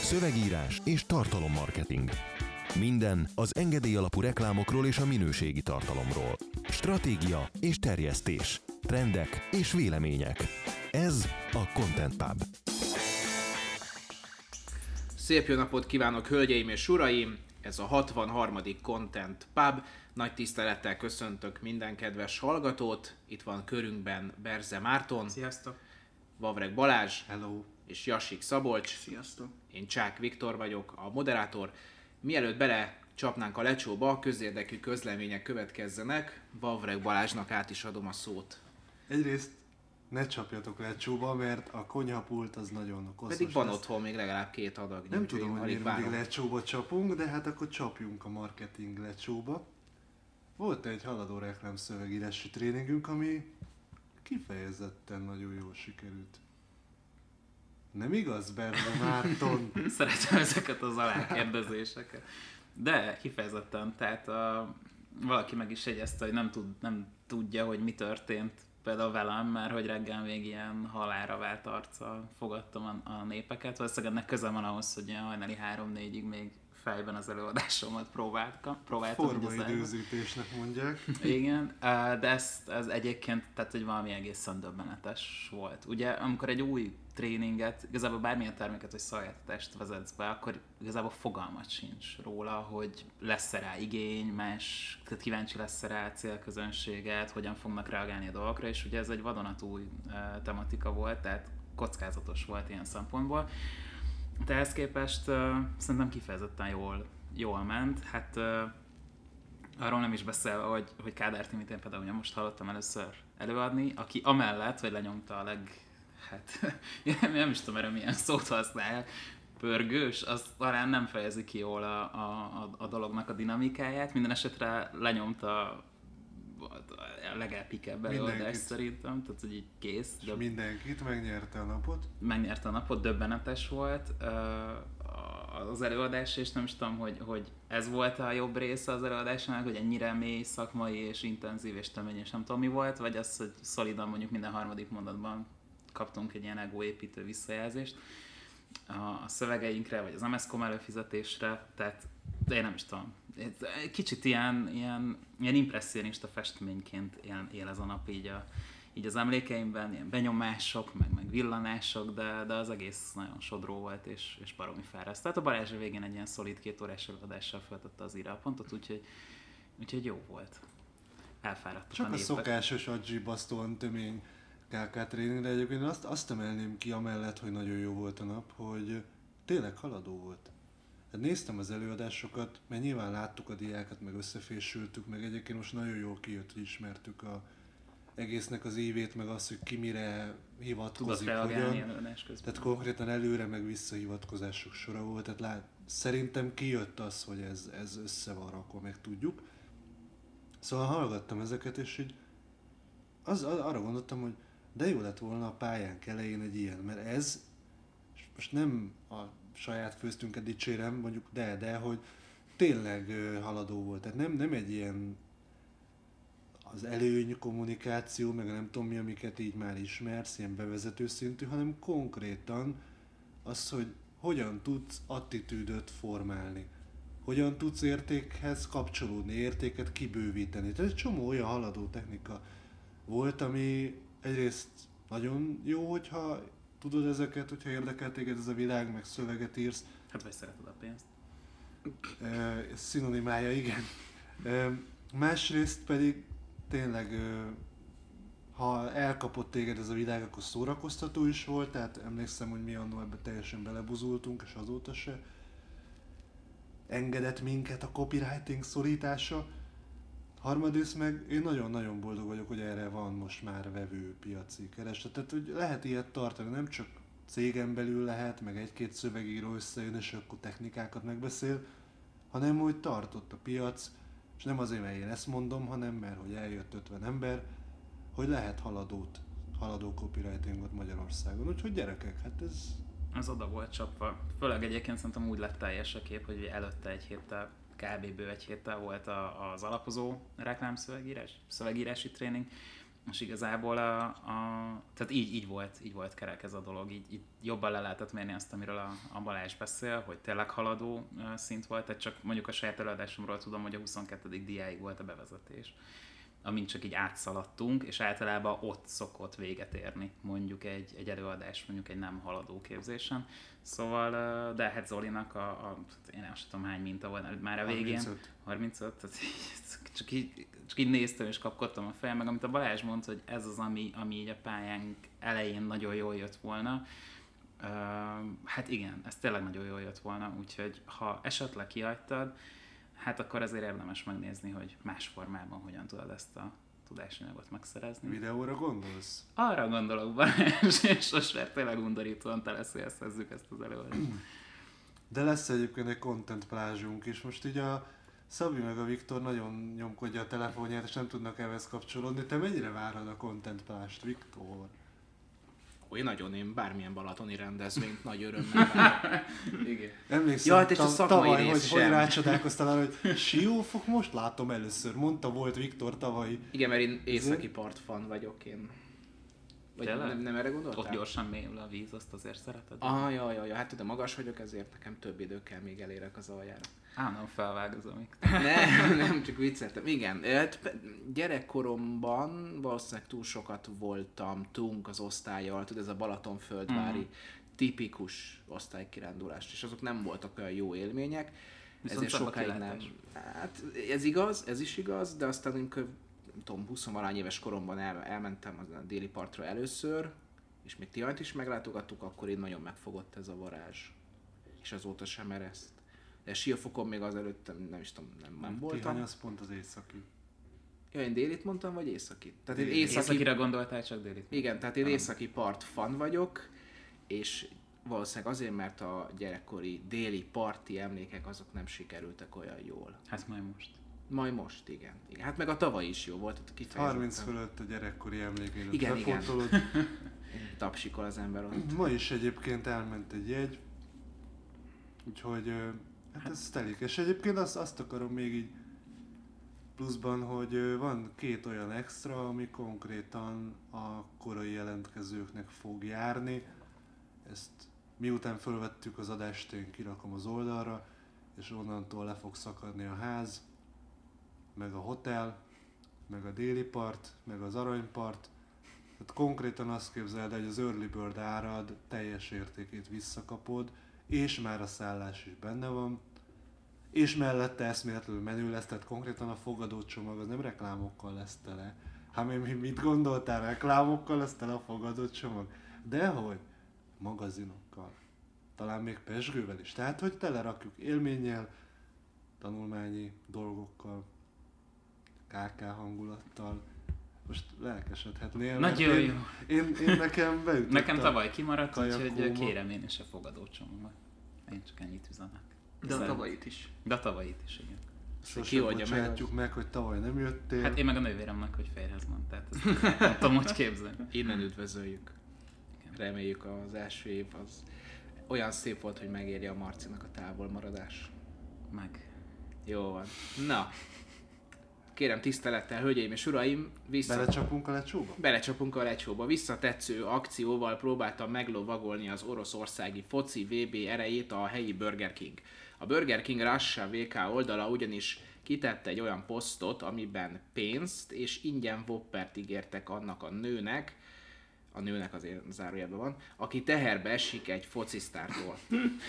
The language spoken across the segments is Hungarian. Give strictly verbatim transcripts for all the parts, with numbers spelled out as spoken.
szövegírás és tartalommarketing. Minden az engedély alapú reklámokról és a minőségi tartalomról. Stratégia és terjesztés. Trendek és vélemények. Ez a Content Pub. Szép jó napot kívánok, hölgyeim és uraim! Ez a hatvanharmadik Content Pub. Nagy tisztelettel köszöntök minden kedves hallgatót. Itt van körünkben Berze Márton. Sziasztok! Vavreg Balázs. Hello! És Jassik Szabolcs. Sziasztok! Én Csák Viktor vagyok, a moderátor. Mielőtt bele csapnánk a lecsóba, közérdekű közlemények következzenek. Vavreg Balázsnak át is adom a szót. Egyrészt ne csapjatok lecsóba, mert a konyhapult az nagyon koszos. Pedig van lesz. otthon még legalább két adag. Nem tudom, hogy miért mindig lecsóba csapunk, de hát akkor csapjunk a marketing lecsóba. Volt egy haladó reklám szövegírási tréningünk, ami kifejezetten nagyon jól sikerült. Nem igaz, Berze Márton? Szeretem ezeket az alákérdezéseket. De kifejezetten, tehát a, valaki meg is jegyezte, hogy nem, tud, nem tudja, hogy mi történt például velem, mert hogy reggel még ilyen halálra vált arccal fogadtam a, a népeket. Valószínűleg ennek köze van ahhoz, hogy ilyen hajnali három-négyig még fejben az előadásomat próbáltam. próbáltam Formaidőzítésnek mondják. Igen, de ez, ez egyébként, tehát hogy valami egészen döbbenetes volt. Ugye, amikor egy új tréninget, igazából bármilyen terméket vagy szolgáltatást vezetsz be, akkor igazából fogalmat sincs róla, hogy lesz-e rá igény, más, tehát kíváncsi lesz-e rá célközönséget, hogyan fognak reagálni a dolgokra, és ugye ez egy vadonatúj tematika volt, tehát kockázatos volt ilyen szempontból. De ehhez képest uh, szerintem kifejezetten jól, jól ment. Hát uh, arról nem is beszélve, hogy, hogy Kádár Timit én például most hallottam először előadni, aki amellett, hogy lenyomta a leg... hát nem is tudom erre milyen szót használ, pörgős, az talán nem fejezi ki jól a, a, a dolognak a dinamikáját. Minden esetre lenyomta a legelpikebb előadást szerintem, tehát hogy így kész. És mindenkit, megnyerte a napot. Megnyerte a napot, döbbenetes volt az előadás, és nem is tudom, hogy, hogy ez volt a jobb része az előadásnak, hogy ennyire mély, szakmai és intenzív és tömény, és nem tudom mi volt, vagy az, hogy szolidan mondjuk minden harmadik mondatban kaptunk egy ilyen egóépítő visszajelzést a, a szövegeinkre, vagy az em es pont com előfizetésre, tehát de én nem is tudom. Kicsit ilyen, ilyen, ilyen impresszionista festményként él, él ez a nap így, a, így az emlékeimben, ilyen benyomások, meg, meg villanások, de, de az egész nagyon sodró volt, és, és baromi fáraszt. Tehát a Balázs a végén egy ilyen szolid két órás előadással feltette az írálpontot, úgyhogy, úgyhogy jó volt. Elfáradtak Csak a a népek. szokásos adzsibasztóan tömény ká ká tréning, de egyébként azt, azt emelném ki amellett, hogy nagyon jó volt a nap, hogy tényleg haladó volt. Hát néztem az előadásokat, mert nyilván láttuk a diákat, meg összefésültük, meg egyébként most nagyon jól kijött, hogy ismertük a egésznek az évét, meg azt, hogy ki mire hivatkozik, hogyan. Tehát konkrétan előre, meg visszahivatkozások sora volt, tehát lát, szerintem kijött az, hogy ez, ez össze van rakva, meg tudjuk. Szóval hallgattam ezeket, és így az, az, arra gondoltam, hogy de jó lett volna a pályánk elején egy ilyen, mert ez, most nem a saját főztünket dicsérem, mondjuk de, de, hogy tényleg uh, haladó volt. Tehát nem, nem egy ilyen az előny kommunikáció, meg nem tudom mi, amiket így már ismersz, ilyen bevezető szintű, hanem konkrétan az, hogy hogyan tudsz attitűdöt formálni. Hogyan tudsz értékhez kapcsolódni, értéket kibővíteni. Tehát egy csomó olyan haladó technika volt, ami egyrészt nagyon jó, hogyha tudod ezeket, hogyha érdekel téged ez a világ, meg szöveget írsz. Hát vagy szereted a pénzt. E, szinonimája, igen. E, másrészt pedig tényleg, e, ha elkapott téged ez a világ, akkor szórakoztató is volt, tehát emlékszem, hogy mi annól ebbe teljesen belebuzultunk, és azóta se engedett minket a copywriting szorítása. Harmadrészt meg én nagyon-nagyon boldog vagyok, hogy erre van most már vevő piaci kereslet. Tehát, hogy lehet ilyet tartani, nem csak cégen belül lehet, meg egy-két szövegíró összejön, és akkor technikákat megbeszél, hanem hogy tartott a piac, és nem azért, mert én ezt mondom, hanem mert hogy eljött ötven ember, hogy lehet haladót, haladó copywritingot Magyarországon. Úgyhogy gyerekek, hát ez... Az oda volt csapva. Főleg egyébként szerintem úgy lett teljes a kép, hogy előtte egy héttel, kb. Bő egy héttel volt a, az alapozó reklámszövegírás, szövegírási tréning, És igazából a, a, tehát így, így, volt, így volt kerek ez a dolog, így, így jobban le lehetett mérni azt, amiről a, a Balázs beszél, hogy tényleg haladó szint volt, tehát csak mondjuk a saját előadásomról tudom, hogy a huszonkettedik diáig volt a bevezetés, amint csak így átszaladtunk, és általában ott szokott véget érni mondjuk egy, egy előadás, mondjuk egy nem haladó képzésen. Szóval, de hát Zolinak a, a én nem tudom hány minta volt már a végén. harmincöt. harmincöt, tehát csak így, csak így néztem és kapkodtam a fejem, meg amit a Balázs mondta, hogy ez az, ami, ami így a pályánk elején nagyon jól jött volna. Uh, hát igen, ez tényleg nagyon jól jött volna, úgyhogy ha esetleg kihagytad, hát akkor azért érdemes megnézni, hogy más formában hogyan tudod ezt a tudásanyagot megszerezni. Videóra gondolsz? Arra gondolok, Balázs, és most már tényleg undorítóan teleszélszezzük ezt az előadást. De lesz egyébként egy content plázsunk is. Most így a Szabi meg a Viktor nagyon nyomkodja a telefonját, és nem tudnak ehhez kapcsolódni. Te mennyire várod a content plást, Viktor? Ó, én nagyon, én bármilyen balatoni rendezvényt nagy örömmel várom. Igen. Emlékszem, Jaj, te csak ta- szakmai tavaly, rész hogy, hogy sem. rácsodálkoztál arra, hogy Siófok most látom először, mondta volt Viktor tavaly. Igen, mert én északi partfan vagyok én. Vagy Tényleg? nem, nem erre gondoltál? Ott gyorsan mélyül a víz, azt azért szereted? Ah, jaj, jaj, jaj, hát tudom, magas vagyok, ezért nekem több idő kell, még elérek az aljára. Á, nem felvágozom még. Nem, nem, csak vicceltem. Igen, hát gyerekkoromban valószínűleg túl sokat voltam tunk az osztállyal, tudod, ez a Balatonföldvári mm. tipikus osztálykirándulás, és azok nem voltak olyan jó élmények, Viszont ezért sokáig nem. kilátás. Hát ez igaz, ez is igaz, de aztán amikor, nem tudom, húsz-valahány éves koromban el, elmentem a déli partra először, és még Tihanyt is meglátogattuk, akkor én nagyon megfogott ez a varázs. És azóta sem ereszt. De Siófokon még azelőtt nem is tudom, nem, nem voltam. Tihany az pont az északi. Ja, én délit mondtam, vagy északit? Tehát én Déli. északi... Északira gondoltál, csak délit? Igen, tehát én Nem. északi part fan vagyok, és valószínűleg azért, mert a gyerekkori déli parti emlékek azok nem sikerültek olyan jól. Hát majd most. Majd most, igen. igen. Hát meg a tavaly is jó volt, ott kifejezetten. harminc fölött a gyerekkori emlékén. Igen, igen. Befontolod. Tapsikol az ember ott. Ma is egyébként elment egy jegy, úgyhogy ö, hát ez telik. És egyébként azt, azt akarom még így pluszban, hogy ö, van két olyan extra, ami konkrétan a korai jelentkezőknek fog járni. Ezt miután fölvettük az adást, én kirakom az oldalra, és onnantól le fog szakadni a ház, meg a hotel, meg a déli part, meg az aranypart. Tehát konkrétan azt képzeld, hogy az early bird árad teljes értékét visszakapod, és már a szállás is benne van, és mellette eszméletlenül menő lesz, tehát konkrétan a fogadócsomag az nem reklámokkal lesz tele. Hát mi mit gondoltál, reklámokkal lesz tele a fogadócsomag? Dehogy, magazinokkal. Talán még pezsgővel is. Tehát, hogy telerakjuk élménnyel, tanulmányi dolgokkal, ká ká hangulattal. Most lelkesedhetnél. mert Nagyon én, jó. Én, én nekem beütött Nekem a tavaly kimaradt, kajakóba. úgyhogy kérem én is a fogadócsomagot. Én csak ennyit üzenek. De a tavalyit is. De a tavalyit is, igen. Sose Ki oldja meg bocsátjuk meg, hogy tavaly nem jöttél. Hát én meg a nővéremnek, hogy férhez van, tehát ezt nem tudom, hogy képzelni. Innen üdvözöljük. Reméljük az első év az olyan szép volt, hogy megérje a Marcinak a távolmaradás. Meg. Jó van. Na. Kérem tisztelettel, hölgyeim és uraim, vissza... Belecsapunk a lecsóba? Belecsapunk a lecsóba. Visszatetsző akcióval próbáltam meglovagolni az oroszországi foci vé bé erejét a helyi Burger King. A Burger King Russia vé ká oldala ugyanis kitette egy olyan posztot, amiben pénzt és ingyen Whoppert ígértek annak a nőnek, a nőnek azért zárójelben van, aki teherbe esik egy focisztártól.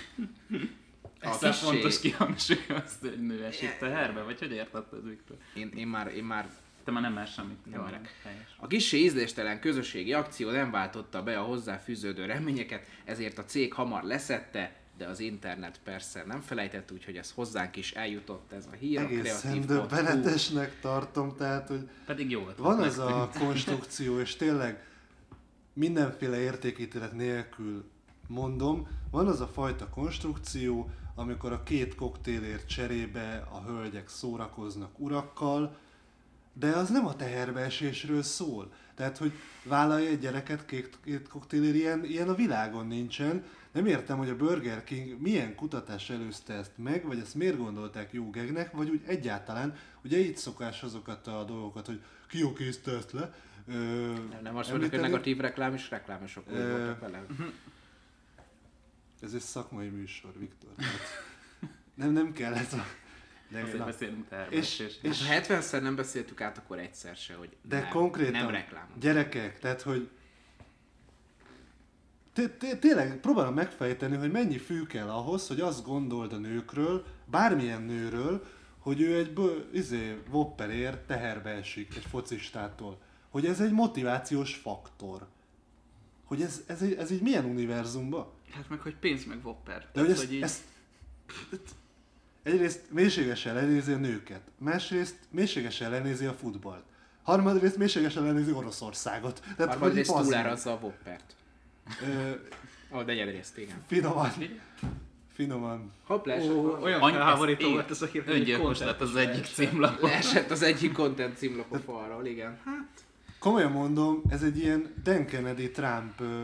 Ez a fontos kihangsúlyozni, hogy nő esik teherbe, vagy hogy értetted, Viktor? Én, én, már, én már Te már nem mer semmit. Nem merek. Helyes. A kissé ízléstelen közösségi akció nem váltotta be a hozzáfűződő reményeket, ezért a cég hamar leszette, de az internet persze nem felejtett, úgyhogy ez hozzánk is eljutott ez a hír. Egészen döbbenetesnek tartom, tehát, hogy Pedig jó volt. van ez a konstrukció, és tényleg mindenféle értékítélet nélkül mondom, van az a fajta konstrukció, amikor a két koktélért cserébe a hölgyek szórakoznak urakkal, de az nem a teherbeesésről szól. Tehát, hogy vállalja egy gyereket két, két koktélért, ilyen, ilyen a világon nincsen. Nem értem, hogy a Burger King milyen kutatás előzte ezt meg, vagy ezt miért gondolták jó gegnek, vagy úgy egyáltalán, ugye így szokás azokat a dolgokat, hogy ki okézte ezt le, ö, Nem, nem azt mondjuk, hogy negatív reklám és reklámosok Ö, voltak vele. Ez egy szakmai műsor, Viktor. Tehát nem, nem kell ez a... De, Azért na. beszélünk És, tervezés. és, Ha hetvenszer nem beszéltük át, akkor egyszer se, hogy de nem, konkrétan, nem reklám. gyerekek, tehát hogy té- té- tényleg próbálom megfejteni, hogy mennyi fű kell ahhoz, hogy azt gondold a nőkről, bármilyen nőről, hogy ő egy bő, izé, whopperér teherbe esik egy focistától. Hogy ez egy motivációs faktor. Hogy ez, ez, egy, ez így milyen univerzumban? Hát meg, hogy pénz meg whopper. De hogy ezt, hogy így... ezt, ezt egyrészt mélységesen lenézi a nőket, másrészt mélységesen lenézi a futballt, harmadrészt mélységesen lenézi Oroszországot. Tehát, Harmadrészt hogy így túlárazza a Whoppert. Ö, A negyedrészt, igen. finoman. Finoman. Hoppla, Ó, olyan Annyi- felháborító ez volt ez a hír, hogy Öngyilkos lett az egyik címlap. leesett az egyik content címlap a falról, igen. Hát, Komolyan mondom, ez egy ilyen Dan Kennedy Trump ö,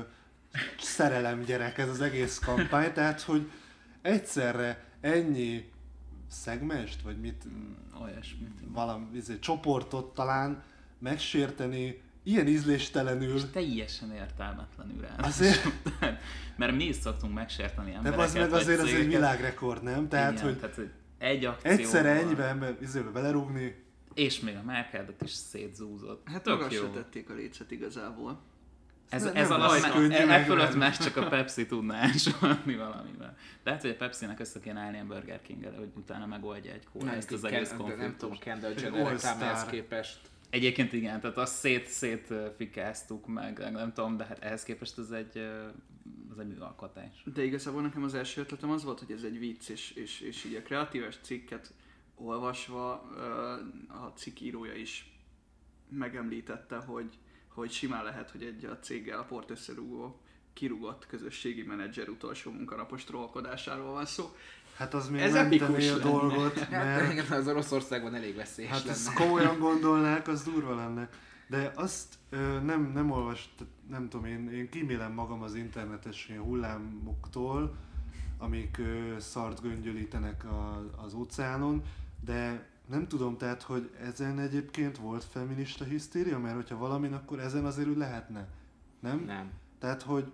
szerelem gyerek ez az egész kampány, tehát hogy egyszerre ennyi szegmest, vagy mit, Olyasmit. valami izé, csoportot talán megsérteni, ilyen ízléstelenül. És teljesen értelmetlenül rá. Azért, Mert mi is szoktunk megsérteni de embereket. az meg vagy azért az egy cégeket. világrekord, nem? Tehát, Igen, hogy tehát, hogy egy akcióval, egyszerre ennyibe ember izébe belerúgni, és még a Merkeldet is szétzúzott. Hát Tök magas se jó. tették a lécet igazából. Ez, Nem ez lesz alatt könnyű e, e megvenni. fölött más csak a Pepsi tudná elsorolni valamivel. Lehet, hogy a Pepsi-nek össze kéne állni a Burger King-el, hogy utána megoldja egy kóla nem, ezt az Ken- egész de nem tudom, konfliktust. Kendall Egy Jenner all-star. reklámjához képest. Egyébként igen, tehát azt szét, szét fikáztuk meg, nem tudom, de hát ehhez képest ez egy, ez egy műalkotás. De igazából nekem az első ötletem az volt, hogy ez egy vicc, és, és, és így a kreatíves cikket olvasva ö, a cikk írója is megemlítette, hogy, hogy simán lehet, hogy egy a céggel a port összerúgó kirúgott közösségi menedzser utolsó munkanapos trollkodásáról van szó. hát az még Ez menteni epikus a lenne. dolgot, Hát mert igen, az Oroszországban elég veszélyes hát lenne. ezt komolyan gondolnák, az durva lenne. De azt ö, nem, nem olvast, nem tudom, én, én kímélem magam az internetes ilyen hullámoktól, amik ö, szart göngyölítenek a, az óceánon, de nem tudom, tehát, hogy ezen egyébként volt feminista hisztéria, mert hogyha valamin, akkor ezen azért úgy lehetne, nem? Nem. Tehát, hogy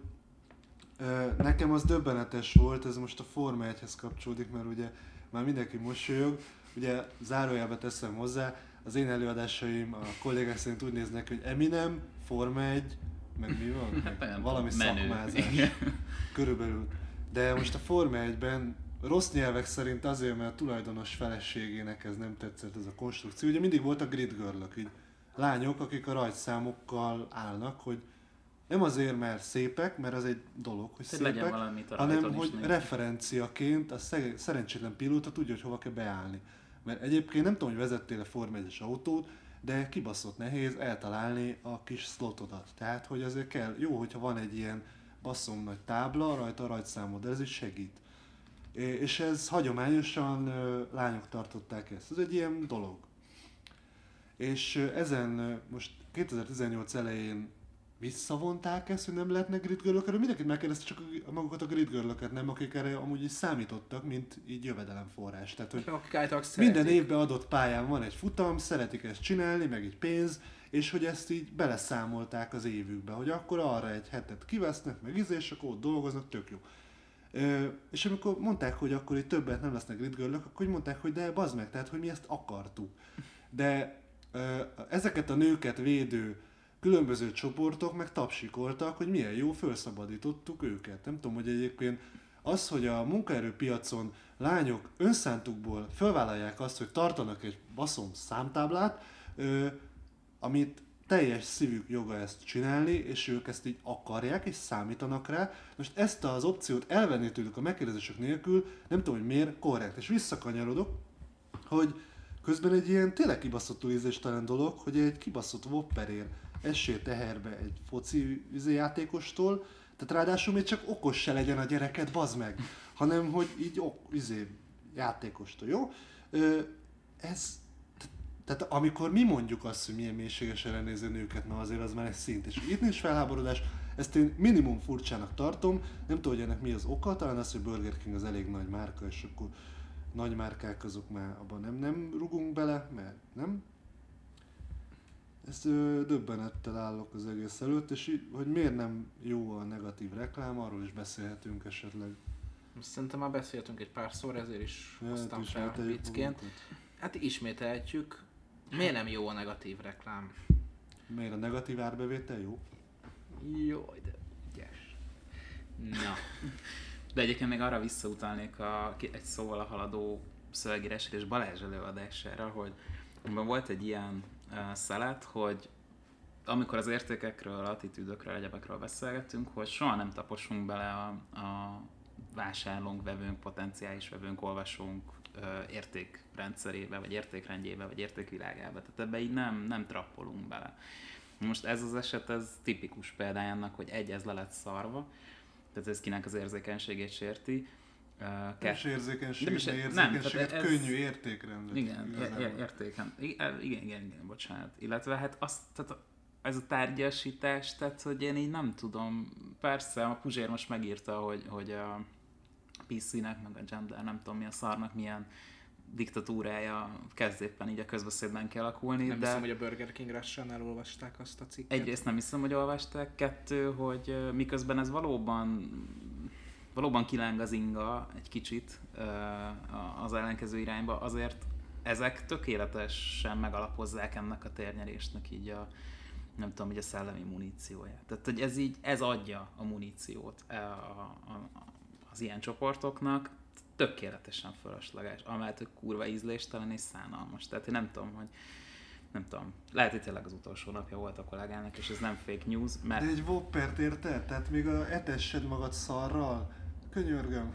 ö, nekem az döbbenetes volt, ez most a Forma egyhez kapcsolódik, mert ugye már mindenki mosolyog, ugye zárójelbe teszem hozzá, az én előadásaim a kollégák szerint úgy néznek, hogy Eminem, Forma egy, meg mi van? Hát nem Valami tudom, menő. szakmázás. Igen. Körülbelül. De most a Forma egyben rossz nyelvek szerint azért, mert a tulajdonos feleségének ez nem tetszett, ez a konstrukció. Ugye mindig volt a grid girl-ök, így lányok, akik a rajtszámokkal állnak, hogy nem azért, mert szépek, mert az egy dolog, hogy Hogy legyen szépek, valamit a hanem rajton is hogy nézni. referenciaként a szeg- szerencsétlen pilóta tudja, hogy hova kell beállni. Mert egyébként nem tudom, hogy vezettél a Forma egyes autót, de kibaszott nehéz eltalálni a kis slotodat. Tehát, hogy azért kell, jó, hogyha van egy ilyen basszom nagy tábla, rajta a rajtszámod, de ez is segít. É- És ez hagyományosan ö, lányok tartották ezt. Ez egy ilyen dolog. És ö, ezen ö, most kétezer-tizennyolc elején visszavonták ezt, hogy nem lehetne grid girl-ök, mindenkit megkérdezte, csak a- magukat a grid girl-öket nem, akik erre amúgy is számítottak, mint így jövedelemforrás. Tehát, hogy Akik általában minden szeretik. évben adott pályán van egy futam, szeretik ezt csinálni, meg egy pénz, és hogy ezt így beleszámolták az évükbe, hogy akkor arra egy hetet kivesznek, meg izé, és akkor ott dolgoznak, tök jó. Ö, és amikor mondták, hogy akkor itt többet nem lesznek grid girl-ök, akkor úgy mondták, hogy de bazd meg, tehát hogy mi ezt akartuk. De ö, ezeket a nőket védő különböző csoportok meg tapsikoltak, hogy milyen jó, felszabadítottuk őket. Nem tudom, hogy egyébként az, hogy a munkaerőpiacon lányok önszántukból felvállalják azt, hogy tartanak egy baszom számtáblát, ö, amit teljes szívük joga ezt csinálni, és ők ezt így akarják, és számítanak rá. Most ezt az opciót elvenni tőlük a megkérdezések nélkül, nem tudom, hogy miért korrekt. És visszakanyarodok, hogy közben egy ilyen tényleg kibaszottul ízléstelen dolog, hogy egy kibaszott whopperér essél teherbe egy foci játékostól, tehát ráadásul még csak okos se legyen a gyereket, bazd meg, hanem hogy így ok, izé, játékostól, jó? Ö, ez, tehát amikor mi mondjuk azt, hogy milyen mélységesen elnéző nőket, na azért az már egy szint, és itt nincs felháborodás, ezt én minimum furcsának tartom, nem tudom, hogy ennek mi az oka, talán az, hogy Burger King az elég nagy márka, és akkor nagy márkák azok már abban nem, nem rugunk bele, mert nem. Ezt ö, döbbenettel állok az egész előtt, és így, hogy miért nem jó a negatív reklám, arról is beszélhetünk esetleg. Szerintem már beszéltünk egy párszor, ezért is Ja, hoztam hát fel ismételjük viccként. magunkat. Hát ismételjük. Miért nem jó a negatív reklám? Miért a negatív árbevétel jó? Jaj, de ügyes. Na, De egyébként még arra visszautalnék a, egy szóval a haladó szövegírásra és Balázs előadására, hogy abban volt egy ilyen uh, szelet, hogy amikor az értékekről, attitűdökről, egyebekről beszélgettünk, hogy soha nem taposunk bele a, a vásárlónk, vevőnk, potenciális vevőnk, olvasónk uh, értékrendszerébe, vagy értékrendjébe, vagy értékvilágába. Tehát ebbe így nem, nem trappolunk bele. Most ez az eset, ez tipikus példája annak, hogy egy, ez le lett szarva, tehát ez kinek az érzékenységét sérti. Uh, Nem is érzékenység, Nem is- de nem, érzékenységet tehát ez- könnyű értékrendet. Igen, igazából. ér- értéken. Igen, igen, igen, igen, bocsánat. Illetve hát azt, tehát ez a tárgyasítás, tehát hogy én így nem tudom, persze a Puzsér most megírta, hogy, hogy a pé cének, meg a gender, nem tudom mi a szarnak, milyen diktatúrája kezd éppen így a közbeszédben kialakulni, nem de hiszem, hogy a Burger King Russian elolvasták azt a cikket. egyrészt nem hiszem, hogy olvasták, kettő, hogy ö, miközben ez valóban valóban kiláng az inga egy kicsit ö, a- az ellenkező irányba, azért ezek tökéletesen megalapozzák ennek a térnyerésnek így a, nem tudom, így a szellemi munícióját. Tehát, hogy ez így, ez adja a muníciót a, a, a, az ilyen csoportoknak, tökéletesen fölösleges, amellett, hogy kurva ízléstelen és szánalmas. Tehát én nem tudom, hogy nem tudom, lehet, hogy tényleg az utolsó napja volt a kollégának, és ez nem fake news, mert De egy Whoppert érted? Tehát még a etessed magad szarral? Könyörgöm.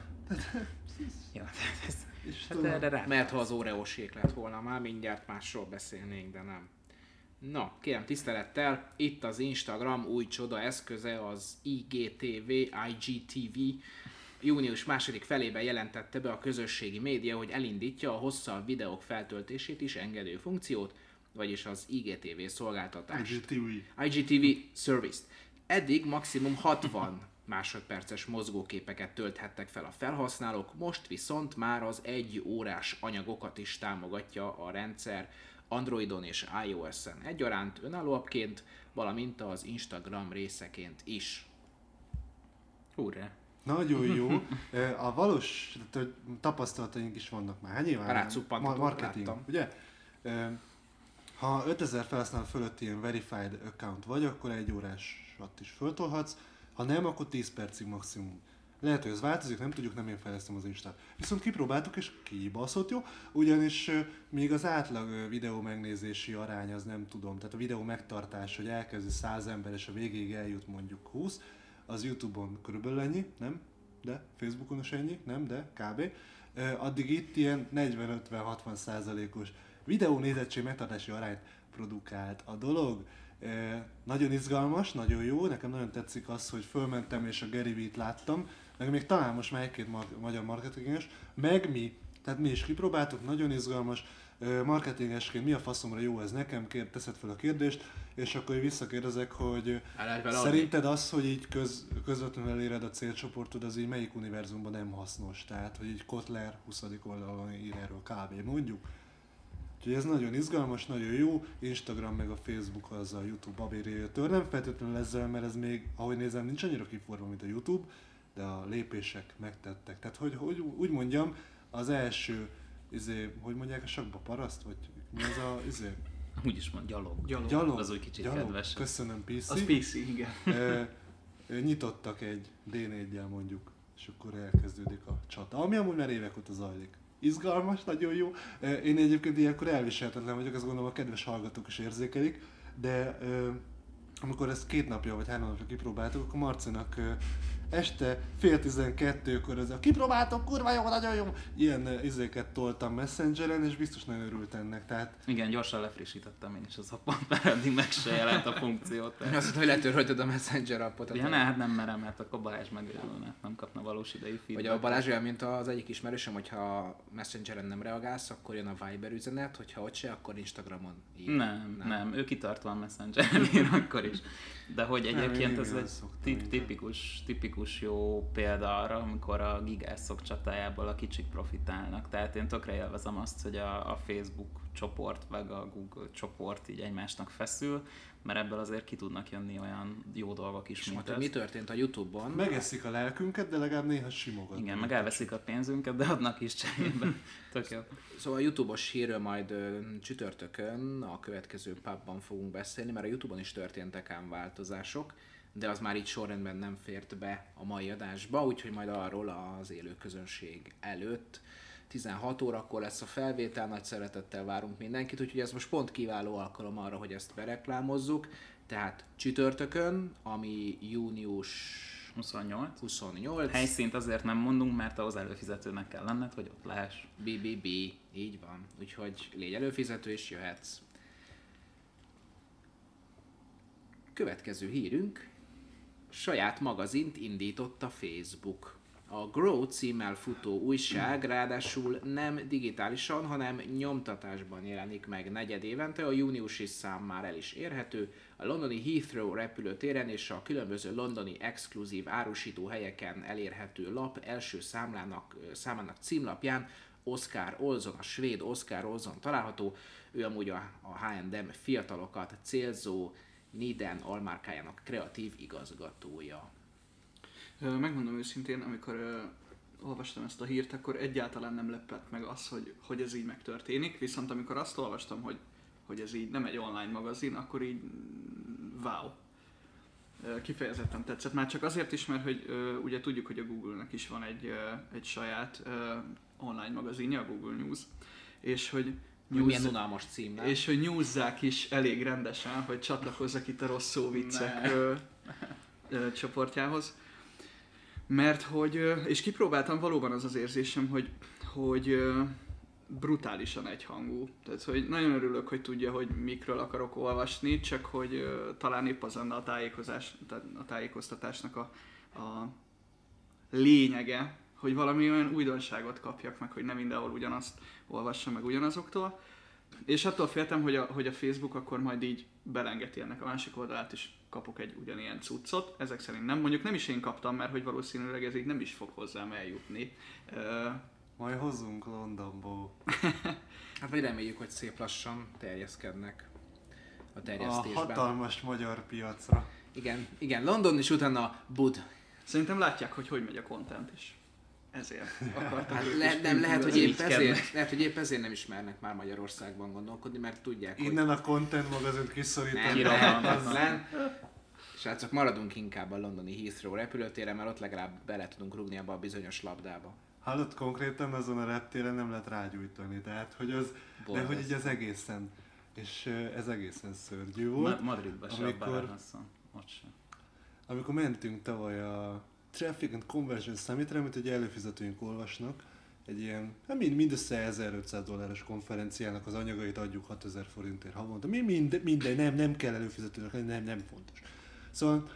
ja, tehát ez, hát Istenem. erre rá. Mert ha az Oreo-sék lett volna, már mindjárt másról beszélnénk, de nem. Na, kérem tisztelettel, itt az Instagram új csoda eszköze, az i gé té vé, i gé té vé. Június második felében jelentette be a közösségi média, hogy elindítja a hosszabb videók feltöltését is engedő funkciót, vagyis az i gé té vé szolgáltatást. i gé té vé. i gé té vé Service-t. Eddig maximum hatvan másodperces mozgóképeket tölthettek fel a felhasználók, most viszont már az egy órás anyagokat is támogatja a rendszer Androidon és iOS-en egyaránt, önálló appként, valamint az Instagram részeként is. Hurrá. Nagyon jó. Ö, A valós tehát, hogy tapasztalataink is vannak már. Hát nyilván Rácuppantatok, marketing, láttam. ugye? Ö, Ha ötezer felhasználó fölött ilyen verified account vagy, akkor egy órásat is föltolhatsz, ha nem, akkor tíz percig maximum. Lehet, hogy ez változik, nem tudjuk, nem én fejlesztem az Instát. Viszont kipróbáltuk, és kibaszott jó, ugyanis ö, még az átlag ö, videó megnézési arány az nem tudom, tehát a videó megtartás, hogy elkezdi száz ember, és a végéig eljut mondjuk húsz, az YouTube-on körülbelül ennyi, nem? De Facebookon is ennyi, nem? De kb. Ö, Addig itt ilyen negyven-ötven-hatvan százalékos videó nézettség megtartási arányt produkált a dolog. E, nagyon izgalmas, nagyon jó, nekem nagyon tetszik az, hogy fölmentem és a Gary Vee-t láttam, meg még talán most már egy-két mar- magyar marketinges, meg mi, tehát mi is kipróbáltuk, nagyon izgalmas, e, marketingesként mi a faszomra jó ez nekem, kér, teszed fel a kérdést, és akkor visszakérdezek, hogy El lehet vele adni. szerinted az, hogy így köz, közvetlenül eléred a célcsoportod, az így melyik univerzumban nem hasznos? Tehát, hogy így Kotler huszadik oldalon ír erről kb. Mondjuk. Úgyhogy ez nagyon izgalmas, nagyon jó, Instagram meg a Facebook az a YouTube babérjétől. Nem feltétlenül ezzel, mert ez még, ahogy nézem, nincs annyira kiforva, mint a YouTube, de a lépések megtettek. Tehát, hogy, hogy úgy mondjam, az első, izé, hogy mondják a sakba, paraszt, vagy mi az a, izé, Úgy is mond, gyalog. Gyalog. gyalog, Az úgy kicsit gyalog. kedves. Köszönöm, pé cé. Az pé cé, igen. Ö, ö, nyitottak egy dé négyel mondjuk, és akkor elkezdődik a csata, ami amúgy már évek óta zajlik. Izgalmas, nagyon jó. Ö, Én egyébként ilyenkor elviselhetetlen vagyok, azt gondolom a kedves hallgatók is érzékelik, de ö, amikor ezt két napja vagy három napja kipróbáltuk, akkor Marcinak ö, este fél tizenkettőkor az a kipróbáltok, kurva jó, nagyon jó, ilyen ö, izéket toltam Messengeren, és biztos nagyon örült ennek, tehát Igen, gyorsan lefrissítettem én is az appot, mert addig meg se jelent a funkciót. Azt mondta, hogy letörölted a Messenger appot. Ja, ne, hát nem merem, mert akkor Balázs megőrülne, nem kapna valós idejű Vagy feedback. a Balázs olyan, mint az egyik ismerősöm, hogyha Messengeren nem reagálsz, akkor jön a Viber üzenet, hogyha ott se, akkor Instagramon ír. Nem, nem, nem, ő kitartóan Messengeren ír akkor is. De hogy Nem, egyébként én ez e-mailen egy szoktam tip- inkább. tipikus, tipikus tipikus jó példa arra, amikor a gigászok csatájából a kicsik profitálnak. Tehát én tökre élvezem azt, hogy a, a Facebook csoport, vagy a Google csoport így egymásnak feszül, mert ebből azért ki tudnak jönni olyan jó dolgok is, mint ez. Mi történt a YouTube-on? Megeszik a lelkünket, de legalább néha simogat. Igen, meg elveszik a pénzünket, de adnak is cserébe. Tök jó. Szóval a YouTube-os hírről majd ö, csütörtökön a következő pubban fogunk beszélni, mert a YouTube-on is történtek ám változások, de az már így sorrendben nem fért be a mai adásba, úgyhogy majd arról az élő közönség előtt tizenhat órakor lesz a felvétel, nagy szeretettel várunk mindenkit, úgyhogy ez most pont kiváló alkalom arra, hogy ezt bereklámozzuk. Tehát csütörtökön, ami június huszonnyolc. huszonnyolc. Helyszínt azért nem mondunk, mert ahhoz előfizetőnek kell lenned, hogy ott lehess. bé bé bé, így van. Úgyhogy légy előfizető és jöhetsz. Következő hírünk. Saját magazint indított a Facebook. A Grow címmel futó újság ráadásul nem digitálisan, hanem nyomtatásban jelenik meg negyed évente, a júniusi szám már el is érhető, a londoni Heathrow repülőtéren és a különböző londoni exkluzív árusító helyeken elérhető lap első számlának, számának címlapján Oscar Olson, a svéd Oscar Olson található, ő amúgy a, a há és em fiatalokat célzó Niden almárkájának kreatív igazgatója. Megmondom őszintén, amikor uh, olvastam ezt a hírt, akkor egyáltalán nem lepett meg az, hogy, hogy ez így megtörténik, viszont amikor azt olvastam, hogy, hogy ez így nem egy online magazin, akkor így wow. Uh, kifejezetten tetszett. Már csak azért is, mert hogy uh, ugye tudjuk, hogy a Google-nek is van egy, uh, egy saját uh, online magazinja, a Google News, és hogy News, milyen unalmas cím, nem? És hogy newzzák is elég rendesen, hogy csatlakozzak itt a rossz szó viccek uh, uh, csoportjához. Mert hogy, és kipróbáltam, valóban az az érzésem, hogy, hogy brutálisan egyhangú. Tehát, hogy nagyon örülök, hogy tudja, hogy mikről akarok olvasni, csak hogy talán épp az lenne a, tájékozás, a tájékoztatásnak a, a lényege, hogy valami olyan újdonságot kapjak meg, hogy nem mindenhol ugyanazt olvassam meg ugyanazoktól. És attól féltem, hogy a, hogy a Facebook akkor majd így belengeti ennek a másik oldalát, és kapok egy ugyanilyen cuccot. Ezek szerint nem. Mondjuk nem is én kaptam, mert hogy valószínűleg ez így nem is fog hozzám eljutni. Uh, Majd hozzunk Londonból. Hát vagy reméljük, hogy szép lassan terjeszkednek a terjesztésben. A hatalmas magyar piacra. Igen, igen, London és utána Bud. Szerintem látják, hogy hogy megy a content is. Ezért akartam. Hát le, nem, lehet, hogy épp ezért, lehet, hogy épp ezért nem ismernek már Magyarországban gondolkodni, mert tudják, hogy... Innen a content magazint kiszorítani. Nem, lehetetlen. Srácok, maradunk inkább a londoni Heathrow repülőtére, mert ott legalább bele tudunk rúgni abba a bizonyos labdába. Hallott, konkrétan azon a reptéren nem lehet rágyújtani, tehát hogy az, de hogy így az egészen, és ez egészen szörnyű volt. Ma- Madridban se, amikor, a Bárhaszon, ott sem. Amikor mentünk tavaly a Traffic and Conversion Summitre, amit egy előfizetőink olvasnak, egy ilyen, hát mind, mindössze ezerötszáz dolláros konferenciának az anyagait adjuk hatezer forintért havonta. Mi minden, minden, nem, nem kell előfizetőnek, nem, nem fontos. Szóval,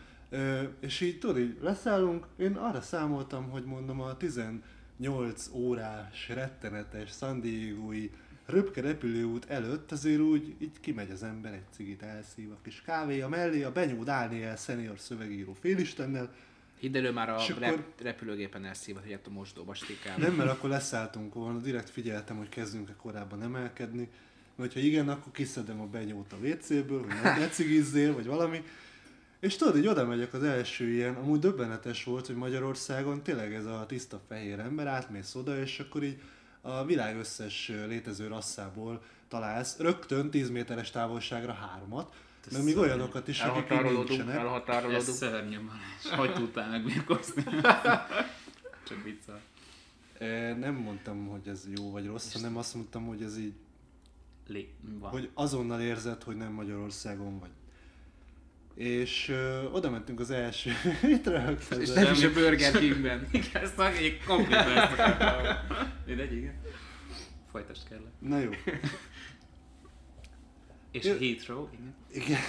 és így tudod, így leszállunk, én arra számoltam, hogy mondom a tizennyolc órás, rettenetes San Diego-i röpke repülőút előtt azért úgy így kimegy az ember, egy cigit elszív, a kis kávéja mellé, a Benyó Dániel senior szövegíró félistennel. Hidd elő, már a akkor... rep- repülőgépen elszívott, hogy a mosdóba stikálva. Nem, mert akkor leszálltunk volna, direkt figyeltem, hogy kezdünk-e korábban emelkedni. Vagy ha igen, akkor kiszedem a Benyót a vé céből, hogy ne, ne cigizzél, vagy valami. És tudod, így oda megyek az első ilyen, amúgy döbbenetes volt, hogy Magyarországon tényleg ez a tiszta fehér ember, átmész oda, és akkor így a világ összes létező rasszából találsz rögtön tíz méteres távolságra hármat, ez meg még szörnyű. Olyanokat is, akik így nincsenek. Elhatárolódunk. Ez szörnyű, Balázs. Hogy tudtál megbírkozni? Csak viccel. Nem mondtam, hogy ez jó vagy rossz, hanem azt mondtam, hogy ez így, Lé, van. hogy azonnal érzed, hogy nem Magyarországon vagy. És ö, oda mentünk az első hétre. És nem is a Burger Kingben. Igen, ezt meg egy konkrétan ezt akartam. Mindegy, igen. Folytasd kérlek. Na jó. És Heathrow, igen. Igen.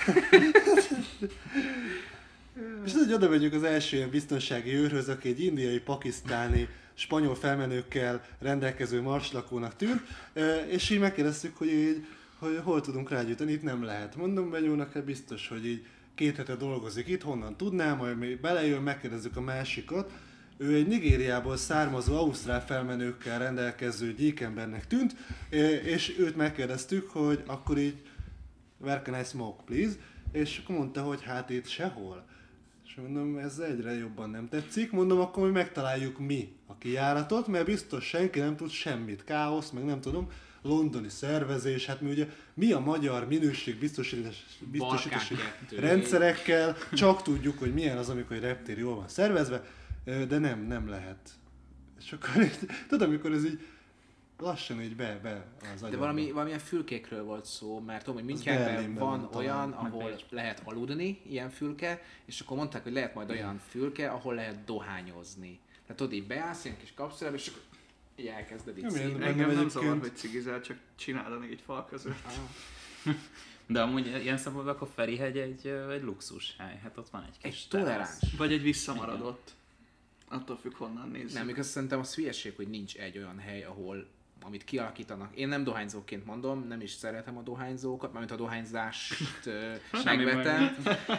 És tudod, hogy oda megyünk az első ilyen biztonsági őrhöz, aki egy indiai, pakisztáni, spanyol felmenőkkel rendelkező marslakónak tűnt, és így megkérdeztük, hogy így, hogy hol tudunk rágyújtani, itt nem lehet. Mondom Benyónak, hát biztos, hogy így két hete dolgozik itt, honnan tudnám, majd mi belejön, megkérdezzük a másikat. Ő egy Nigériából származó ausztrál felmenőkkel rendelkező gyíkembernek tűnt, és őt megkérdeztük, hogy akkor így where can I smoke, please? És akkor mondta, hogy hát itt sehol. És mondom, ez egyre jobban nem tetszik, mondom, akkor mi megtaláljuk mi a kijáratot, mert biztos senki nem tud semmit, káosz, meg nem tudom, londoni szervezés, hát mi ugye mi a magyar minőségbiztosítási biztosítási rendszerekkel csak tudjuk, hogy milyen az, amikor egy reptér jól van szervezve, de nem, nem lehet. És akkor így, tudod, amikor ez így lassan így be, be az agyamba. De valami, valamilyen fülkékről volt szó, mert tudom, hogy Münchenben van van olyan, talán, ahol lehet aludni, ilyen fülke, és akkor mondták, hogy lehet majd olyan fülke, ahol lehet dohányozni. Tehát tudod, így beállsz ilyen kis kapszulába, és akkor így elkezded így szívni. Engem nem egyébként... zavar, hogy cigizel, csak csinálni egy fal között. Ah. De amúgy ilyen szempontból akkor Ferihegy egy, egy luxus hely, hát ott van egy kis egy toleráns. Vagy egy visszamaradott. Attól függ, honnan nézzük. Nem, mikor szerintem az hülyeség, hogy nincs egy olyan hely, ahol amit kialakítanak. Én nem dohányzóként mondom, nem is szeretem a dohányzókat, mármint a dohányzást megvetem.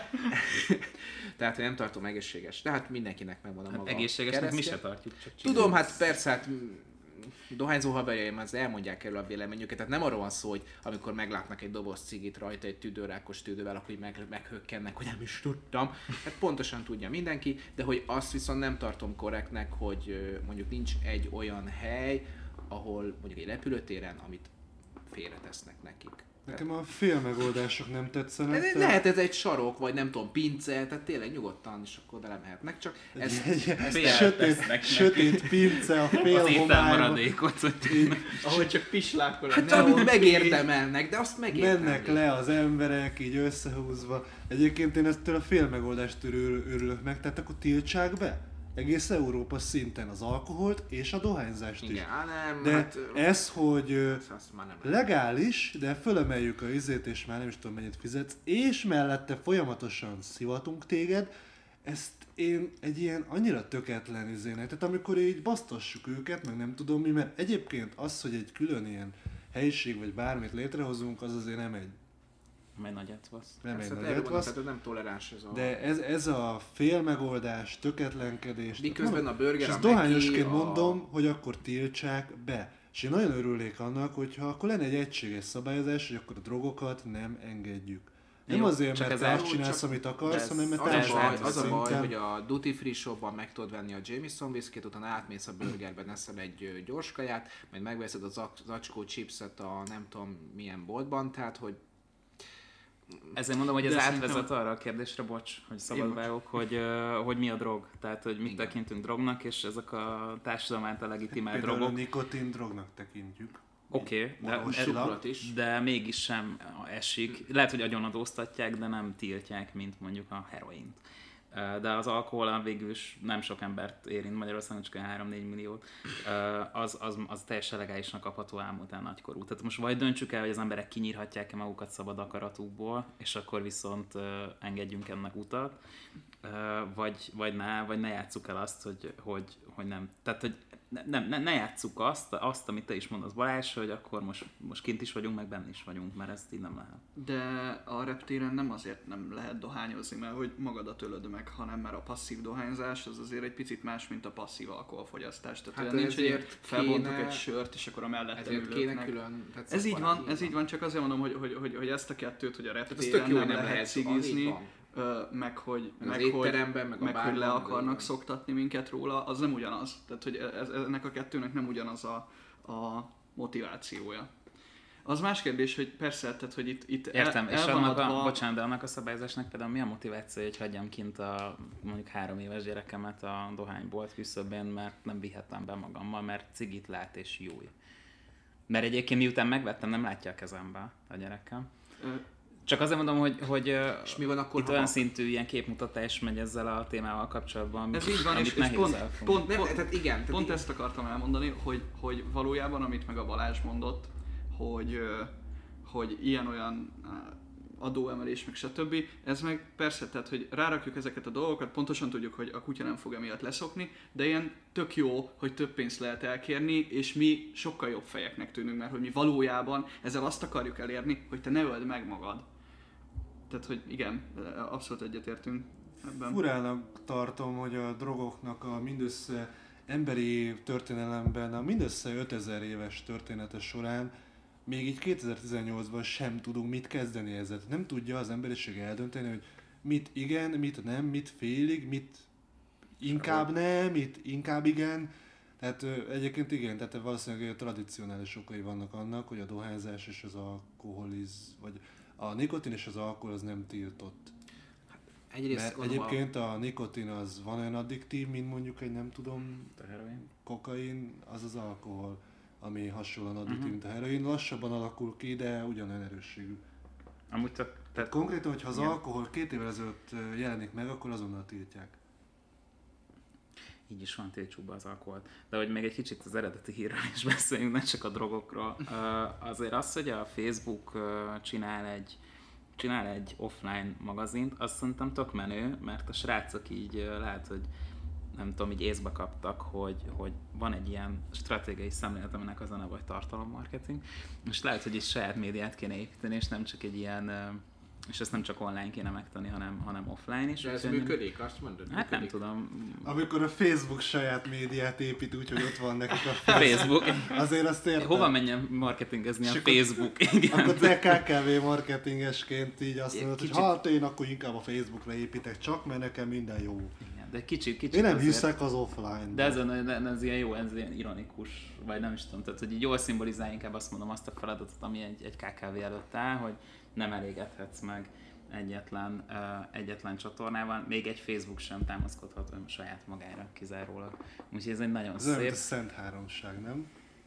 Tehát én nem tartom egészséges. Tehát mindenkinek megvan a maga hát egészségesnek mi se tartjuk, csak csináljuk. Tudom, hát persze, hát dohányzó haverjaim az elmondják erről a véleményüket, tehát nem arról van szó, hogy amikor meglátnak egy doboz cigit rajta egy tüdőrákos tüdővel, akkor meg, meghökkennek, hogy nem is tudtam. Hát pontosan tudja mindenki, de hogy azt viszont nem tartom korrektnek, hogy mondjuk nincs egy olyan hely, ahol mondjuk egy repülőtéren, amit félretesznek nekik. Nekem a félmegoldások nem tetszenek. Tehát... Lehet ez egy sarok, vagy nem tudom, pince, tehát tényleg nyugodtan, és akkor oda lemehetnek, csak ez... Egy, egy, egy sötét, sötét pince a fél az ételmaradékot. Ahogy csak pislákol. Hát amit megérdemelnek, de azt megérdemelnek. Mennek le az emberek, így összehúzva. Egyébként én ettől a félmegoldást örülök meg, tehát akkor tiltsák be egész Európa szinten az alkoholt és a dohányzást igen, is. Á, nem, de hát, ez, hogy ez legális, de fölemeljük a izét, és már nem is tudom mennyit fizetsz, és mellette folyamatosan szivatunk téged, ezt én egy ilyen annyira tökéletlen izének, tehát amikor így basztassuk őket, meg nem tudom mi, mert egyébként az, hogy egy külön ilyen helyiség vagy bármit létrehozunk, az azért nem egy Mely nagy etvasz. Nem egy nagy etvasz. etvasz. Tehát nem toleráns ez a... De ez, ez a félmegoldás, tökéletlenkedés. Miközben a burger, és a ezt dohányosként a... mondom, hogy akkor tiltsák be. És én nagyon örülnék annak, hogyha akkor lenne egy egységes szabályozás, hogy akkor a drogokat nem engedjük. Nem jó, azért, mert te azt jó, csinálsz, amit akarsz, hanem mert az te a baj, az a szinten... baj, hogy a duty free shopban meg tudod venni a Jameson whiskyt, utána átmész a burgerben, eszel egy gyors kaját, majd megveszed az zacskó chipset a nem tudom milyen boltban, tehát hogy ezért mondom, hogy ez de átvezet szerintem... arra a kérdésre, bocs, hogy szabad vágok, hogy, uh, hogy mi a drog. Tehát, hogy mit igen. tekintünk drognak, és ezek a társadalom által legitimált Például drogok. a nikotin drognak tekintjük. Oké, okay, de, de mégis sem esik. Lehet, hogy agyonadóztatják, de nem tiltják, mint mondjuk a heroint. De az alkohol végül is nem sok embert érint, Magyarországon csak három-négy milliót, az, az, az teljesen legálisnak kapható ám után nagykorú. Tehát most vagy döntsük el, hogy az emberek kinyírhatják-e magukat szabad akaratukból, és akkor viszont engedjünk ennek utat, vagy, vagy, ne, vagy ne játsszuk el azt, hogy, hogy, hogy nem. Tehát, hogy ne, ne, ne játsszuk azt, azt, amit te is mondasz, Balázs, hogy akkor most, most kint is vagyunk, meg benne is vagyunk, mert ezt így nem lehet. De a reptéren nem azért nem lehet dohányozni, mert hogy magadat ölöd meg, hanem mert a passzív dohányzás az azért egy picit más, mint a passzív alkoholfogyasztás. Tehát hát olyan nincs, hogy felbontok kéne, egy sört, és akkor a mellettem ülőknek. Kéne külön, ez így van, ez így van, csak azért mondom, hogy, hogy, hogy, hogy ezt a kettőt, hogy a reptéren jó, nem, nem lehet cigizni, meg hogy, meg, meg, hogy, meg, meg hogy le akarnak szoktatni minket róla, az nem ugyanaz. Tehát, hogy ez, ennek a kettőnek nem ugyanaz a, a motivációja. Az más kérdés, hogy persze, tehát, hogy itt, itt értem, el, és annak adva... a, bocsánat, de annak a szabályozásnak például mi a motiváció, hogy hagyjam kint a mondjuk három éves gyerekemet a dohánybolt küszöbén, mert nem vihetem be magammal, mert cigit lát és júj. Mert egyébként miután megvettem, nem látja a kezembe a gyerekem. Ö... Csak azért mondom, hogy, hogy és mi van akkor, itt olyan szintű ilyen képmutatás megy ezzel a témával kapcsolatban, amit, ez így van, és, és pont, pont, pont, pont, tehát igen, pont tehát ezt akartam elmondani, hogy, hogy valójában, amit meg a Balázs mondott, hogy, hogy ilyen-olyan adóemelés, meg stb. Ez meg persze, tehát, hogy rárakjuk ezeket a dolgokat, pontosan tudjuk, hogy a kutya nem fog emiatt leszokni, de ilyen tök jó, hogy több pénzt lehet elkérni, és mi sokkal jobb fejeknek tűnünk, mert hogy mi valójában ezzel azt akarjuk elérni, hogy te ne öld meg magad. tehát, hogy igen, abszolút egyetértünk ebben. Furának tartom, hogy a drogoknak a mindössze emberi történelemben, a mindössze ötezer éves története során még így kétezer-tizennyolcban sem tudunk mit kezdeni ezzel. Nem tudja az emberiség eldönteni, hogy mit igen, mit nem, mit félig, mit inkább nem, mit inkább igen. Tehát egyébként igen, tehát valószínűleg tradicionális okai vannak annak, hogy a dohányzás és az alkoholiz, vagy a nikotin és az alkohol az nem tiltott. Egyrészt Mert egyébként a nikotin az van olyan addiktív, mint mondjuk egy nem tudom, A heroin. kokain, az az alkohol, ami hasonlóan addiktív, Uh-huh. mint a heroin. Lassabban alakul ki, de ugyanolyan erősségű. Amúgy tök, Tehát konkrétan, hogyha az igen. alkohol két évvel ezelőtt jelenik meg, akkor azonnal tiltják. Így is van, tiltsuk be az alkoholt. De hogy még egy kicsit az eredeti hírről is beszéljünk, ne csak a drogokról. Uh, azért az, hogy a Facebook uh, csinál egy csinál egy offline magazint, azt szerintem tök menő, mert a srácok így uh, lehet, hogy nem tudom, így észbe kaptak, hogy, hogy van egy ilyen stratégiai szemlélet, aminek az a neve, hogy tartalommarketing, és lehet, hogy is saját médiát kéne építeni, és nem csak egy ilyen, uh, és ezt nem csak online kéne megtenni, hanem, hanem offline is. De ez Úgyhogy- működik, azt mondod? Hát nem működik. tudom. Amikor a Facebook saját médiát épít úgy, hogy ott van nekik a Facebook. Azért azt értem. Hova menjen marketingezni a És akkor- Facebook? Igen. Akkor te ká ká vé marketingesként így azt Egy mondod, hogy kicsit- hát én akkor inkább a Facebookra építek csak, mert nekem minden jó. Igen, de kicsit, kicsit Én nem azért- hiszek az offline-ban. De ez, ez, ez ilyen jó, ez ilyen ironikus, vagy nem is tudom, tehát hogy így jól szimbolizál, inkább azt mondom azt a feladatot, ami egy, egy ká ká vé előtt áll, hogy nem elégedhetsz meg egyetlen, uh, egyetlen csatornával, még egy Facebook sem támaszkodhat ön saját magára kizárólag. Úgyhogy ez egy nagyon Ez olyan, szép, mint a Szent Háromság, nem?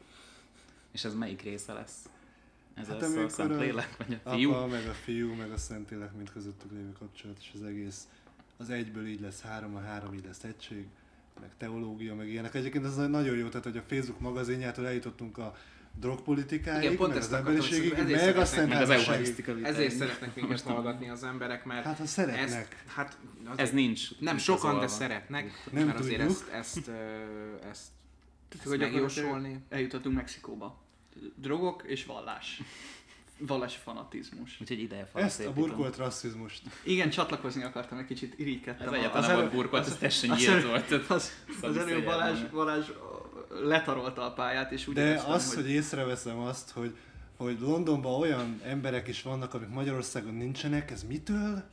és ez melyik része lesz? Ez Hát lesz a amikor Szent a Lélek, vagy a fiú? Apa, meg a fiú, meg a Szentlélek, mint közöttük lévő kapcsolat, és az egész, az egyből így lesz három, a három így lesz egység, meg teológia, meg ilyenek. Egyébként ez nagyon jó, tehát hogy a Facebook magazinjától eljutottunk a drogpolitikáig, Igen, pont meg ezt az akartam, emberiségig, hogy ezért meg a szeretnek Szent Meg az Háromságig. eucharisztika vitáig. Ezért szeretnek minket hallgatni az emberek, mert Hát ha ezt, szeretnek. hát azért Ez nincs. nem nincs sokan, de igazolva. szeretnek, Nem mert azért tudjuk. ezt, ezt, ö, ezt, ezt hogy gyakorlatilag megjósolni. eljutottunk Mexikóba. Drogok és vallás. Vallási fanatizmus. Úgyhogy ideje falasz Ezt a építem. burkolt rasszizmust. Igen, csatlakozni akartam, egy kicsit irigykedtem. Ez a- egyáltalán az nem elő- volt burkolt, az- ez teljesen az nyílt elő- volt. tehát Az, vissza az előbb Balázs, visszajelni. Balázs letarolta a pályát, és úgy De éreztem, az, hogy észreveszem azt, hogy, hogy Londonban olyan emberek is vannak, amik Magyarországon nincsenek, ez mitől?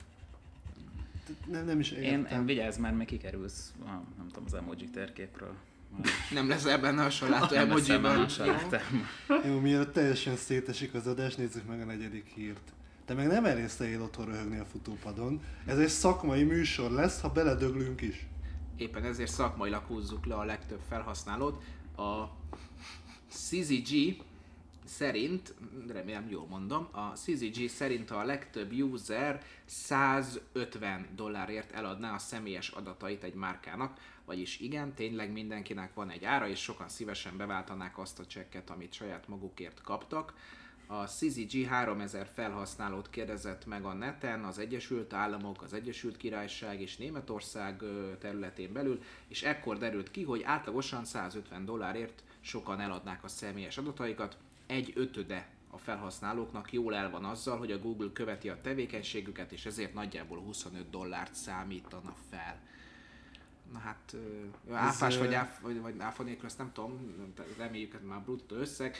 Nem, nem is Én, értem. én vigyázz, mert még kikerülsz, a, nem tudom, az emoji térképről. Nem leszel benne a salátó Nem leszel benne emojiban. a salátában. Jó, mielőtt teljesen szétesik az adás, nézzük meg a negyedik hírt. Te meg nem elérsz otthon röhögni a futópadon. Ez egy szakmai műsor lesz, ha beledöglünk is. Éppen ezért szakmailag húzzuk le a legtöbb felhasználót. A cé zé gé szerint, remélem jól mondom, a cé zé gé szerint a legtöbb user százötven dollárért eladná a személyes adatait egy márkának, vagyis igen, tényleg mindenkinek van egy ára, és sokan szívesen beváltanák azt a csekket, amit saját magukért kaptak. A cé zé gé háromezer felhasználót kérdezett meg a neten, az Egyesült Államok, az Egyesült Királyság és Németország ö, területén belül, és ekkor derült ki, hogy átlagosan százötven dollárért sokan eladnák a személyes adataikat, egy ötöde a felhasználóknak jól el van azzal, hogy a Google követi a tevékenységüket, és ezért nagyjából huszonöt dollárt számítana fel. Na hát, ö, áfás ö, vagy, áf, vagy, vagy áfa nélkül, ezt nem tudom, reméljük, hogy már bruttó összeg.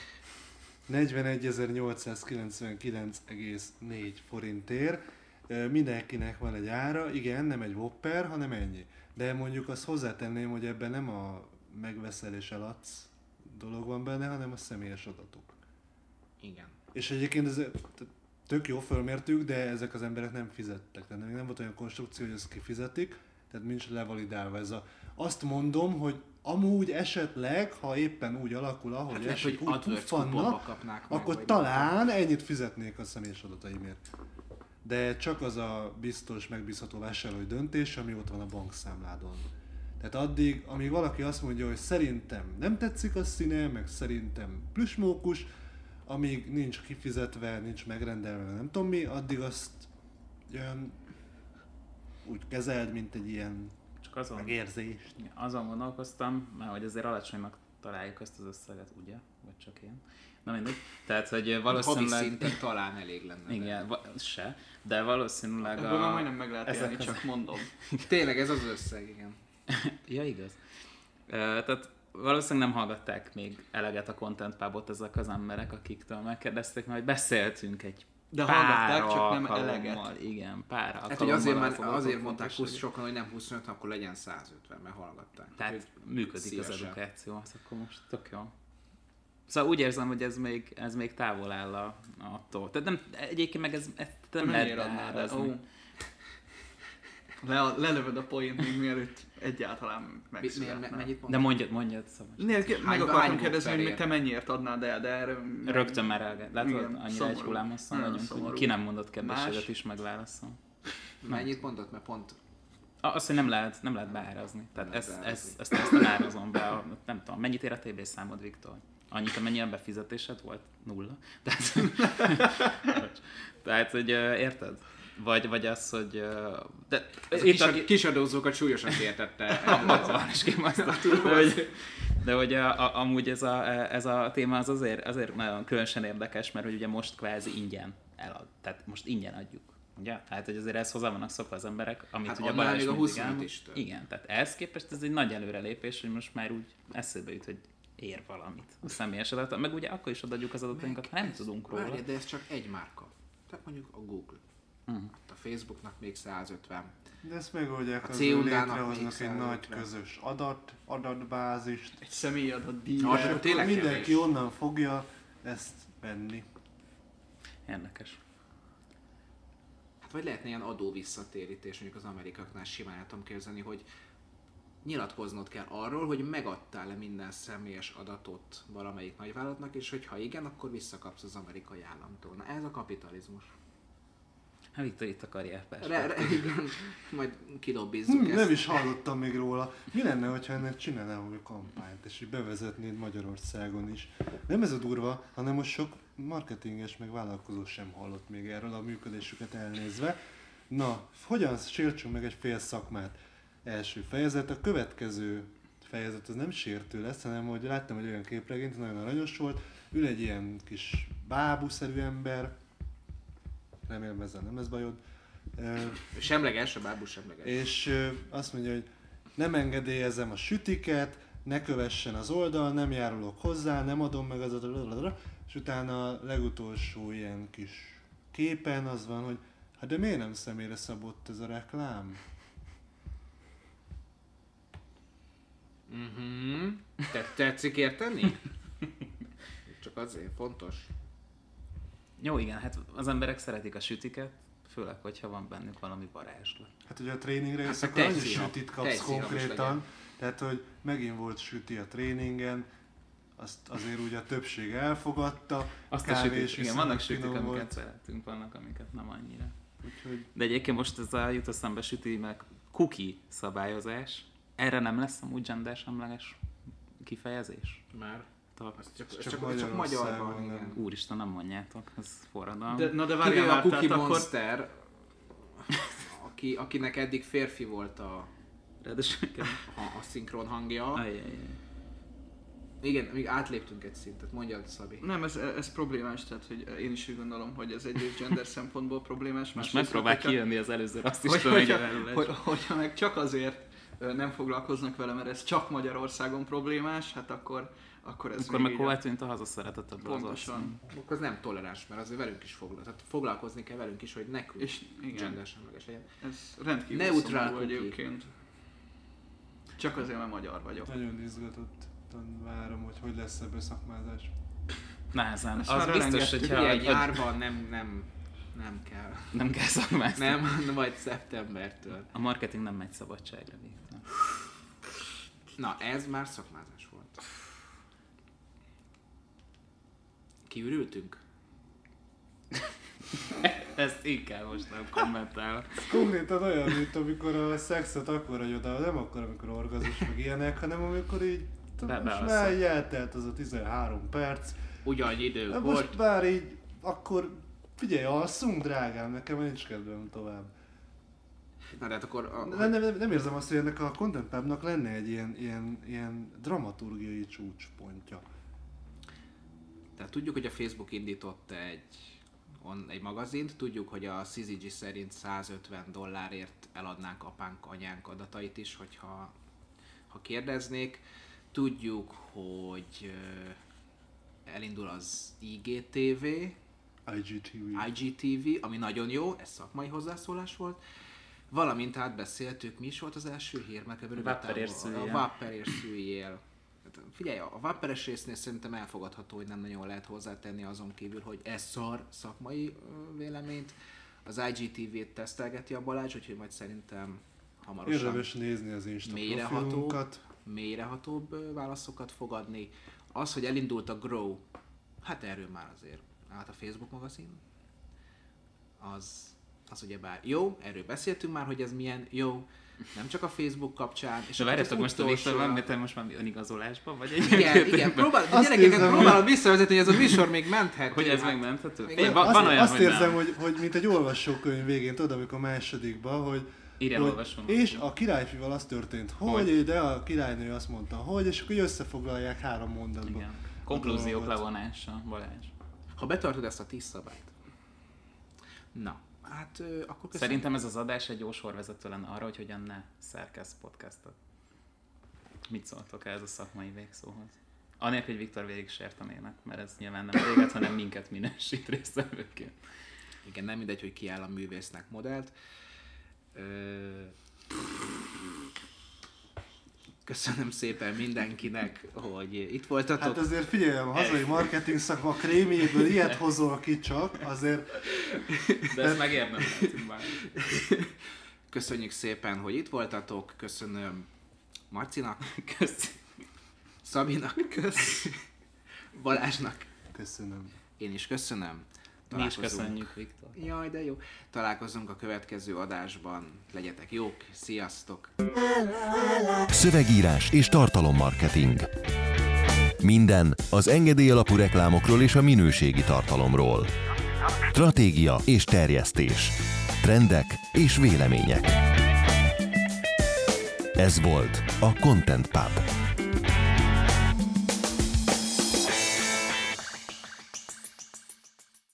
negyvenegyezer-nyolcszázkilencvenkilenc egész négy forintért. Ö, Mindenkinek van egy ára, igen, nem egy Whopper, hanem ennyi. De mondjuk azt hozzátenném, hogy ebben nem a megveszel és eladsz dolog van benne, hanem a személyes adatok. Igen. És egyébként ez tök jó fölmértük, de ezek az emberek nem fizettek. Tehát még nem volt olyan konstrukció, hogy ezt kifizetik, tehát nincs levalidálva ez a... Azt mondom, hogy amúgy esetleg, ha éppen úgy alakul, ahogy Hát lehet, esik, hogy úgy AdWords puffanna, kuponba kapnák meg, akkor vagy talán ennyit fizetnék a személyes adataimért. De csak az a biztos, megbízható vásárlói döntés, ami ott van a bankszámládon. Tehát addig, amíg valaki azt mondja, hogy szerintem nem tetszik a színe, meg szerintem plüsmókus, amíg nincs kifizetve, nincs megrendelve, nem tudom mi, addig azt olyan úgy kezeld, mint egy ilyen Csak azon, megérzést. azon gondolkoztam, mert hogy azért alacsonynak találjuk ezt az összeget, ugye? Vagy csak én? Na mindegy. Tehát, hogy valószínűleg... Havi szinten talán elég lenne. Igen, va- se. De valószínűleg Ebből már a... majdnem meg lehet élni, az... csak mondom. Tényleg ez az összeg, igen. Ja, igaz. Uh, tehát valószínűleg nem hallgatták még eleget a Content Pubot ezek az emberek, akiktől megkérdezték, majd beszéltünk egy De pár hallgatták, csak nem alkalommal. eleget. Igen, pár alkalommal. Hát, hogy azért, már, elfogadott azért mondták fontosságú. húsz sokan, hogy nem huszonöt, akkor legyen százötven, mert hallgatták. Tehát Úgyhogy működik az szívesen. edukáció, az akkor most tök jó. Szóval úgy érzem, hogy ez még, ez még távol áll a, attól. Tehát nem, egyébként meg ez, ezt nem Te lehet mennyire adnád el? beárazni. Ó. Le, lelövöd a poént még mielőtt egyáltalán Mi- miért- megszületne. Mennyit De mondtál? mondjad, mondjad, szóval. Nézd, meg Hány- hány akartam volt kérdezni, hogy per te mennyiért adnád el, de erre... meg- Rögtön már elget. Látod, Igen, annyira szomorú. egy hullámosszal Nagyon vagyunk, hogy szomorú. ki nem mondott kedvességet Más? is megválaszol. Mennyit mondott, mert pont Azt, hogy nem lehet, nem lehet beárazni. Tehát Nem ezt, lehet ezt, ezt, ezt nem árazom be. A, nem tudom, mennyit ér a té bé számod, Viktor? Annyit, amennyire befizetésed volt? Nulla. Tehát, tehát hogy uh, érted? Vagy, vagy az, hogy... Uh, de, ez a itt kis, a- kisadózókat súlyosan értette. Az van, és ki azt de hogy, de hogy a, a, amúgy ez a, ez a téma az azért, azért nagyon különösen érdekes, mert hogy ugye most kvázi ingyen elad. Tehát most ingyen adjuk. Ugye? Tehát, hogy azért ezt hozzá vannak szokva az emberek, amit Hát ugye annál Balázs még a mindig huszonöt elmond. is több. Igen, tehát ehhez képest ez egy nagy előrelépés, hogy most már úgy eszébe jut, hogy ér valamit a személyes adat. Meg ugye akkor is adjuk az adatainkat, ha nem Ez- tudunk róla. Várj, de ez csak egy márka. Tehát mondjuk a Google. Mhm. A Facebooknak még százötven. De ezt megoldják, A az Céundának létrehoznak még egy nagy százötven. közös adat, adatbázist, Egy személyi adat Na, díj. de és akkor tényleg mindenki kevés. onnan fogja ezt venni. Érdekes. Hát vagy lehetne ilyen adó visszatérítés, mondjuk az amerikaknál simán el tudom képzelni, hogy nyilatkoznod kell arról, hogy megadtál-e minden személyes adatot valamelyik nagyvállalatnak, és hogy ha igen, akkor visszakapsz az amerikai államtól. Na ez a kapitalizmus. Hát Viktor itt a karrier Re, re, igen, majd kilobbizzuk Hm, ezt. nem is hallottam még róla. Mi lenne, hogyha ennek csinálnál valami kampányt, és így bevezetnéd Magyarországon is? Nem ez a durva, hanem most sok marketinges meg vállalkozó sem hallott még erről a működésüket elnézve. Na, hogyan sértsünk meg egy fél szakmát? Első fejezet, a következő fejezet az nem sértő lesz, hanem hogy láttam egy olyan képregényt, nagyon aranyos volt, ül egy ilyen kis bábuszerű ember, remélem ezzel nem lesz bajod, Ö, Semleges, a bábú semleges. és ö, azt mondja, hogy nem engedélyezem a sütiket, ne kövessen az oldal, nem járulok hozzá, nem adom meg az adatot, és utána a legutolsó ilyen kis képen az van, hogy hát de miért nem személyre szabott ez a reklám? Mhm. Te tetszik érteni? Csak azért fontos. Jó, igen, hát az emberek szeretik a sütiket, főleg, hogyha van bennük valami varázslat. Hát ugye a tréningre jössz, Hát akkor annyi tejszínom. sütit kapsz Tejszínom is konkrétan, legyen. tehát hogy megint volt süti a tréningen, azt azért ugye a többség elfogadta, Azt a kávés sütit, igen, viszonylag vannak sütik, finom amiket volt. szeretünk, vannak, amiket nem annyira. Úgyhogy De egyébként most ez a jut eszembe süti, meg cookie szabályozás, erre nem lesz amúgy gendersemleges kifejezés? Már. Ta- Az csak, csak csak, csak, csak Magyarországon magyarban, nem. igen. Úristen, nem mondjátok, ez forradalom. De, na de Kivéve várjál a már, Cookie tehát akkor... Monster, aki, akinek eddig férfi volt a, Ráadásul nekem... a, a szinkron hangja. Ajjajjaj. Igen, még átléptünk egy szintet, mondjad Szabi. Nem, ez, ez problémás, tehát hogy én is úgy gondolom, hogy ez egyrészt gender szempontból problémás. Most másrészt, megpróbál hogyha- kijönni az előző azt is hogy, tudom, hogyha, hogy hogy, hogyha meg csak azért ö, nem foglalkoznak vele, mert ez csak Magyarországon problémás, hát akkor, akkor ez Akkor még meg így hová a- tűnt a hazaszeretet ebből az országból? Pontosan. Akkor az nem toleráns, mert azért velünk is foglalkozni. Tehát foglalkozni kell velünk is, hogy nekünk És igen, gendersemleges legyen. ez rendkívül Neutral szomorú cookie. egyébként. Csak azért, mert magyar vagyok. nagyon izgatottan várom, hogy hogy lesz ebből szakmázás. Nehezen. Ezt Az már biztos, elengedtük. hogyha Ugye hogy nyárban nem, nem, nem kell. nem kell szakmázni. Nem, majd szeptembertől. A marketing nem megy szabadságra, Viktor. Na, ez már szakmázás volt. Kiürültünk? Ezt inkább most nem kommentál. Konkrétan olyan, mint amikor a szexet akkor vagy oda, nem akkor, amikor orgazmus meg ilyenek, hanem amikor így Be- most bealszol. már így eltelt az a tizenhárom perc. Ugyanannyi idő De volt. most már így, akkor figyelj, alszunk drágám, nekem nincs kedvem tovább. Na de hát akkor... A, nem, nem, nem érzem azt, hogy ennek a Content Pubnak lenne egy ilyen, ilyen, ilyen dramaturgiai csúcspontja. Tehát tudjuk, hogy a Facebook indított egy, on, egy magazint, tudjuk, hogy a C Z G szerint százötven dollárért eladnánk apánk, anyánk adatait is, hogyha ha kérdeznék. Tudjuk, hogy elindul az I G T V, I G T V. I G T V, ami nagyon jó, ez szakmai hozzászólás volt. Valamint átbeszéltük, mi is volt az első hír, mert Wapper szüljél. A Wapper szüljél. Figyelj, a Wapperes résznél szerintem elfogadható, hogy nem nagyon lehet hozzátenni azon kívül, hogy ez szar szakmai véleményt. Az I G T V-t tesztelgeti a Balázs, úgyhogy majd szerintem hamarosan érdemes nézni az Insta mélyreható, profilunkat. mélyrehatóbb válaszokat fogadni. Az, hogy elindult a Grow, hát erről már azért állt a Facebook magazin. Az, az ugyebár jó, erről beszéltünk már, hogy ez milyen jó, nem csak a Facebook kapcsán. És de várjátok, most a Viktor van, mert te most már önigazolásban vagy egy igen, igen, próbál, gyerekeket próbálom visszavezetni, hogy ez a műsor még menthető. Hogy ez hát, még menthető? Még Fél, van, Azt, van olyan, azt hogy érzem, nem. hogy, hogy mint egy olvasókönyv végén, tudod, amikor a másodikban, hogy, Írjál hogy olvasom. és a királyfival az történt, hogy, Hogy? de a királynő azt mondta, hogy, és akkor összefoglalják három mondatba. Igen. Konklúziók A dolgot. levonása, Balázs. Ha betartod ezt a tíz szabályt. Na, hát ö, akkor köszönöm. Szerintem ez az adás egy jó sorvezető lenne arra, hogy hogyan ne szerkesz podcastot. Mit szóltok ez a szakmai végszóhoz? Anélkül, hogy Viktor végig sértenének, mert ez nyilván nem téged, hanem minket minősít résztvevőként. Igen, nem mindegy, hogy kiáll a művésznek modellt. Ö... Köszönöm szépen mindenkinek, hogy itt voltatok. Hát azért figyelj, a hazai marketing szakma krémjéből ilyet hozol ki csak, azért... De ezt megérdemeltünk már. Köszönjük szépen, hogy itt voltatok. Köszönöm Marcinak, Köszönjük. Szabinak, köszönöm. Balázsnak. Köszönöm. Én is köszönöm. Mi is köszönjük, Viktor. Jaj, de jó. Találkozunk a következő adásban. Legyetek jók, sziasztok! Szövegírás és tartalommarketing. Minden az engedély alapú reklámokról és a minőségi tartalomról. Stratégia és terjesztés. Trendek és vélemények. Ez volt a Content Pub.